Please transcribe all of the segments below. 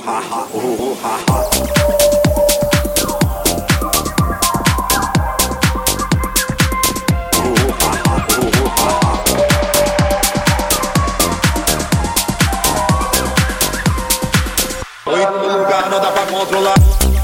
ha ha, ha ha. Oi, todo lugar não dá pra controlar.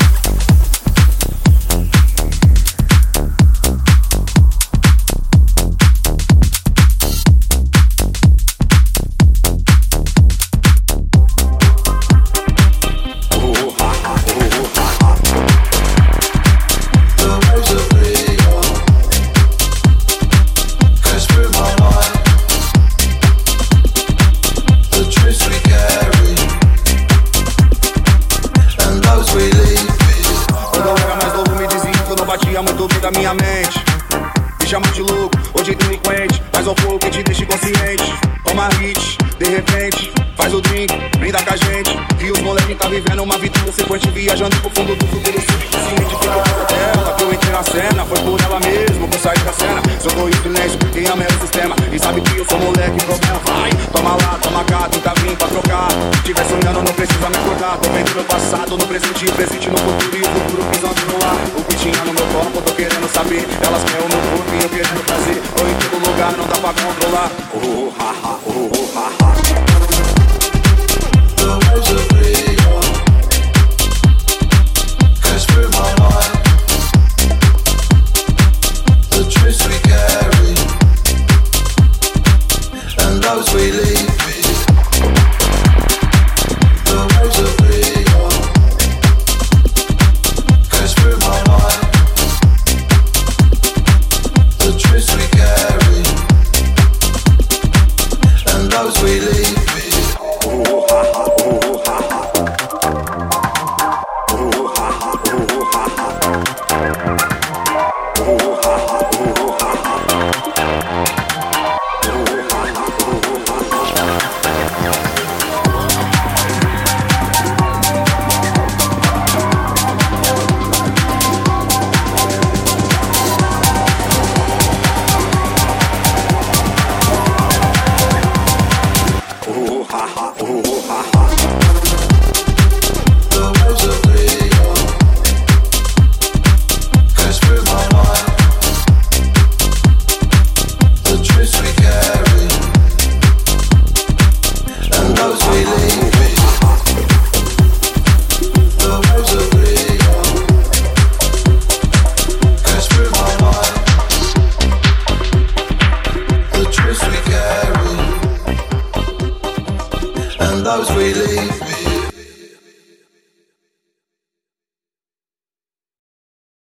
Batia muito bem da minha mente. Me chama de louco ou de delinquente, mas ao fogo que te deixa inconsciente. Toma hit, de repente, faz o drink, brinda com a gente. E os moleques tá vivendo uma vida sequente, viajando pro fundo do futuro subconsciente. Fica por dela, que eu entrei na cena, foi por ela mesmo que eu saí da cena. Se eu tô em silêncio, quem ama é o sistema, e sabe que eu sou moleque, problema vai. Toma lá, toma cá, tenta vir pra trocar. Se tiver sonhando, não precisa me acordar. Tô vendo meu passado no presente, o presente no futuro e o futuro pisando no ar. O que tinha no meu corpo, tô querendo saber. Elas querem o meu corpo e eu querendo prazer. Ou em todo lugar, não dá pra controlar. Ha ha, ha ha.